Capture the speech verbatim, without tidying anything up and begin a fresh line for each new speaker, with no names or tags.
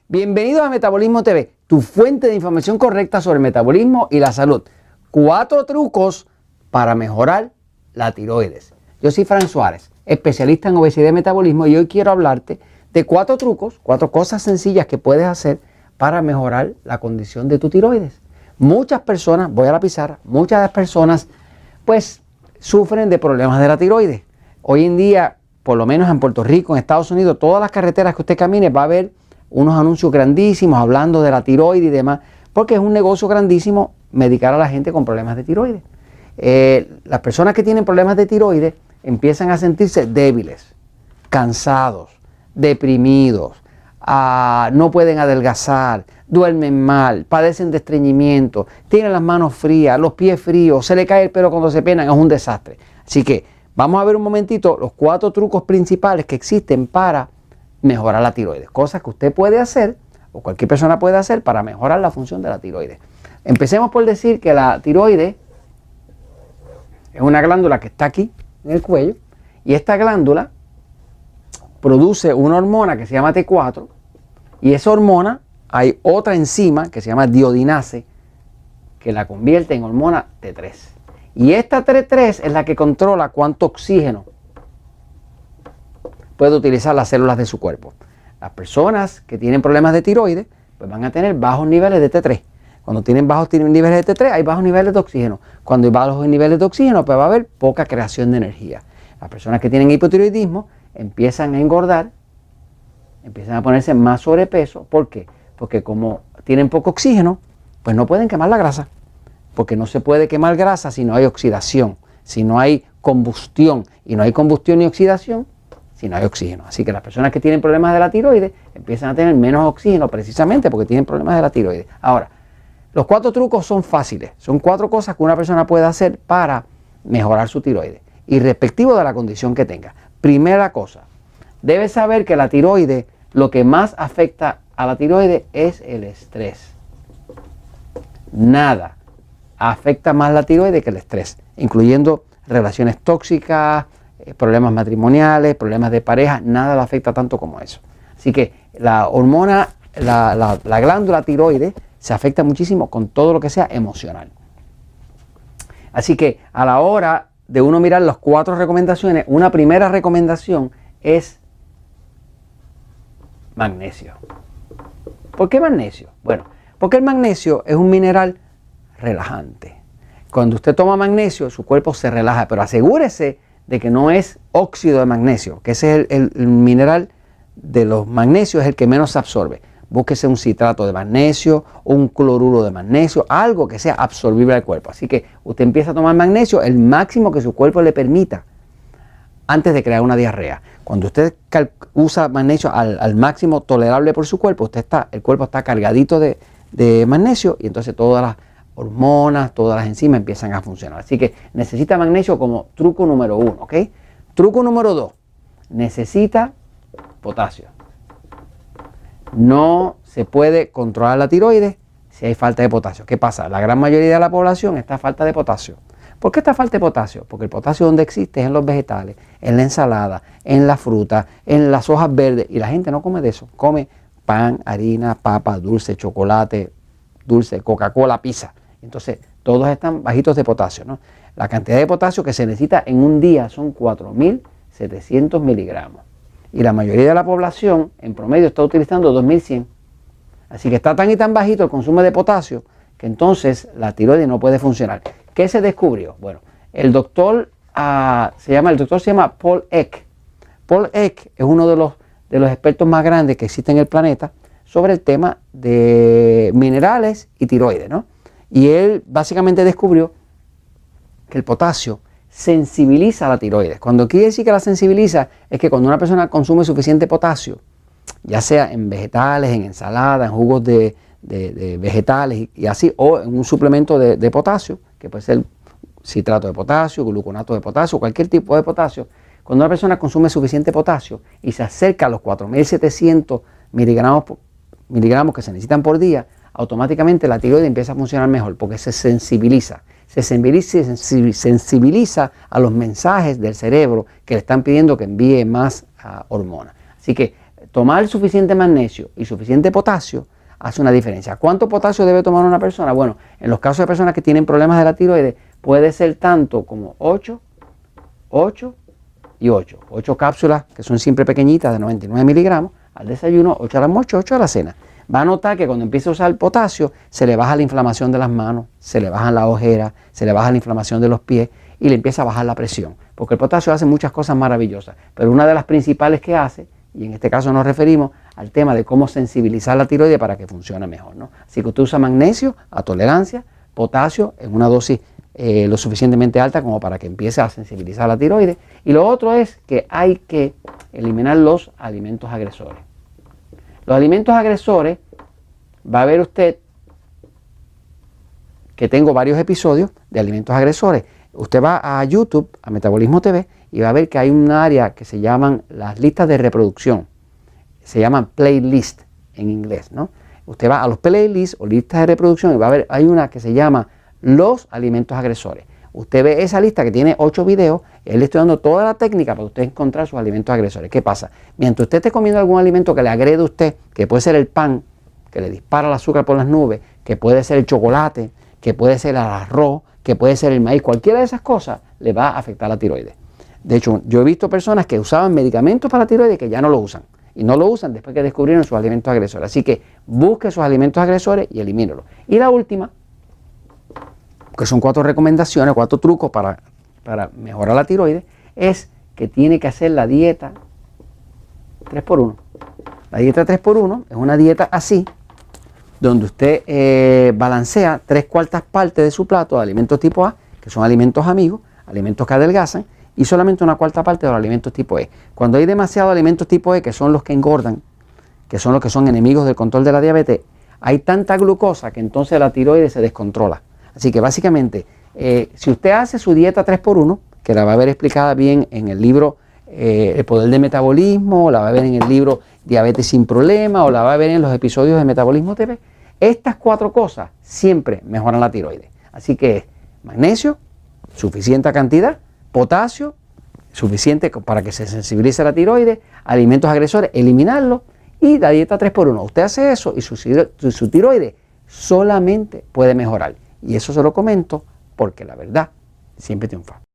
Bienvenidos a Metabolismo T V, tu fuente de información correcta sobre el metabolismo y la salud. Cuatro trucos para mejorar la tiroides. Yo soy Fran Suárez, especialista en obesidad y metabolismo, y hoy quiero hablarte de cuatro trucos, cuatro cosas sencillas que puedes hacer para mejorar la condición de tu tiroides. Muchas personas, voy a la pizarra, muchas de las personas pues sufren de problemas de la tiroides. Hoy en día, por lo menos en Puerto Rico, en Estados Unidos, todas las carreteras que usted camine va a haber unos anuncios grandísimos hablando de la tiroides y demás, porque es un negocio grandísimo medicar a la gente con problemas de tiroides. Eh, las personas que tienen problemas de tiroides empiezan a sentirse débiles, cansados, deprimidos, uh, no pueden adelgazar, duermen mal, padecen de estreñimiento, tienen las manos frías, los pies fríos, se le cae el pelo cuando se penan, es un desastre. Así que vamos a ver un momentito los cuatro trucos principales que existen para mejorar la tiroides. Cosas que usted puede hacer o cualquier persona puede hacer para mejorar la función de la tiroides. Empecemos por decir que la tiroides es una glándula que está aquí en el cuello, y esta glándula produce una hormona que se llama T cuatro, y esa hormona hay otra enzima que se llama diodinase que la convierte en hormona T tres. Y esta T tres es la que controla cuánto oxígeno puede utilizar las células de su cuerpo. Las personas que tienen problemas de tiroides pues van a tener bajos niveles de T tres. Cuando tienen bajos niveles de T tres hay bajos niveles de oxígeno. Cuando hay bajos niveles de oxígeno pues va a haber poca creación de energía. Las personas que tienen hipotiroidismo empiezan a engordar, empiezan a ponerse más sobrepeso. ¿Por qué? Porque como tienen poco oxígeno, pues no pueden quemar la grasa. Porque no se puede quemar grasa si no hay oxidación, si no hay combustión. Y no hay combustión ni oxidación si no hay oxígeno. Así que las personas que tienen problemas de la tiroides empiezan a tener menos oxígeno precisamente porque tienen problemas de la tiroides. Ahora, los cuatro trucos son fáciles. Son cuatro cosas que una persona puede hacer para mejorar su tiroides y respectivo de la condición que tenga. Primera cosa, debes saber que la tiroides, lo que más afecta a la tiroides es el estrés. Nada afecta más la tiroides que el estrés, incluyendo relaciones tóxicas, problemas matrimoniales, problemas de pareja, nada lo afecta tanto como eso. Así que la hormona, la, la, la glándula tiroides se afecta muchísimo con todo lo que sea emocional. Así que a la hora de uno mirar las cuatro recomendaciones, una primera recomendación es magnesio. ¿Por qué magnesio? Bueno, porque el magnesio es un mineral relajante. Cuando usted toma magnesio, su cuerpo se relaja, pero asegúrese de que no es óxido de magnesio, que ese es el, el, el mineral de los magnesios, es el que menos se absorbe. Búsquese un citrato de magnesio, un cloruro de magnesio, algo que sea absorbible al cuerpo. Así que usted empieza a tomar magnesio el máximo que su cuerpo le permita antes de crear una diarrea. Cuando usted usa magnesio al, al máximo tolerable por su cuerpo, usted está, el cuerpo está cargadito de, de magnesio, y entonces todas las hormonas, todas las enzimas empiezan a funcionar. Así que necesita magnesio como truco número uno, ¿ok? Truco número dos, necesita potasio. No se puede controlar la tiroides si hay falta de potasio. ¿Qué pasa? La gran mayoría de la población está a falta de potasio. ¿Por qué está falta de potasio? Porque el potasio donde existe es en los vegetales, en la ensalada, en la fruta, en las hojas verdes, y la gente no come de eso. Come pan, harina, papa, dulce, chocolate, dulce, Coca-Cola, pizza. Entonces, todos están bajitos de potasio, ¿no? La cantidad de potasio que se necesita en un día son cuatro mil setecientos miligramos. Y la mayoría de la población, en promedio, está utilizando dos mil cien. Así que está tan y tan bajito el consumo de potasio que entonces la tiroides no puede funcionar. ¿Qué se descubrió? Bueno, el doctor, uh, se llama, el doctor se llama Paul Eck. Paul Eck es uno de los, de los expertos más grandes que existen en el planeta sobre el tema de minerales y tiroides, ¿no? Y él básicamente descubrió que el potasio sensibiliza a la tiroides. Cuando quiere decir que la sensibiliza, es que cuando una persona consume suficiente potasio, ya sea en vegetales, en ensaladas, en jugos de, de, de vegetales y, y así, o en un suplemento de, de potasio, que puede ser citrato de potasio, gluconato de potasio, cualquier tipo de potasio, cuando una persona consume suficiente potasio y se acerca a los cuatro mil setecientos miligramos, miligramos que se necesitan por día, automáticamente la tiroides empieza a funcionar mejor porque se sensibiliza. Se sensibiliza, sensibiliza a los mensajes del cerebro que le están pidiendo que envíe más uh, hormonas. Así que tomar suficiente magnesio y suficiente potasio hace una diferencia. ¿Cuánto potasio debe tomar una persona? Bueno, en los casos de personas que tienen problemas de la tiroides, puede ser tanto como ocho, ocho y ocho. ocho cápsulas, que son siempre pequeñitas, de noventa y nueve miligramos, al desayuno, ocho al almuerzo, ocho a la cena. Va a notar que cuando empieza a usar el potasio, se le baja la inflamación de las manos, se le bajan las ojeras, se le baja la inflamación de los pies y le empieza a bajar la presión. Porque el potasio hace muchas cosas maravillosas, pero una de las principales que hace, y en este caso nos referimos al tema de cómo sensibilizar la tiroides para que funcione mejor, ¿no? Así que usted usa magnesio a tolerancia, potasio en una dosis eh, lo suficientemente alta como para que empiece a sensibilizar la tiroides. Y lo otro es que hay que eliminar los alimentos agresores. Los alimentos agresores, va a ver usted que tengo varios episodios de alimentos agresores. Usted va a YouTube, a Metabolismo T V, y va a ver que hay un área que se llaman las listas de reproducción. Se llaman playlist en inglés, ¿no? Usted va a los playlists o listas de reproducción y va a ver, hay una que se llama los alimentos agresores. Usted ve esa lista que tiene ocho videos, y él le estoy dando toda la técnica para usted encontrar sus alimentos agresores. ¿Qué pasa? Mientras usted esté comiendo algún alimento que le agrede a usted, que puede ser el pan, que le dispara el azúcar por las nubes, que puede ser el chocolate, que puede ser el arroz, que puede ser el maíz, cualquiera de esas cosas le va a afectar la tiroides. De hecho, yo he visto personas que usaban medicamentos para la tiroides que ya no lo usan. Y no lo usan después que descubrieron sus alimentos agresores. Así que busque sus alimentos agresores y elimínelos. Y la última, que son cuatro recomendaciones, cuatro trucos para, para mejorar la tiroides, es que tiene que hacer la dieta tres por uno. La dieta tres por uno es una dieta así, donde usted eh, balancea tres cuartas partes de su plato de alimentos tipo A, que son alimentos amigos, alimentos que adelgazan, y solamente una cuarta parte de los alimentos tipo E. Cuando hay demasiados alimentos tipo E, que son los que engordan, que son los que son enemigos del control de la diabetes, hay tanta glucosa que entonces la tiroides se descontrola. Así que básicamente, eh, si usted hace su dieta tres por uno, que la va a ver explicada bien en el libro eh, El Poder del Metabolismo, o la va a ver en el libro Diabetes sin Problema, o la va a ver en los episodios de Metabolismo T V, estas cuatro cosas siempre mejoran la tiroides. Así que magnesio, suficiente cantidad, potasio, suficiente para que se sensibilice la tiroides, alimentos agresores, eliminarlos, y la dieta tres por uno. Usted hace eso y su, su tiroides solamente puede mejorar. Y eso se lo comento porque la verdad siempre triunfa.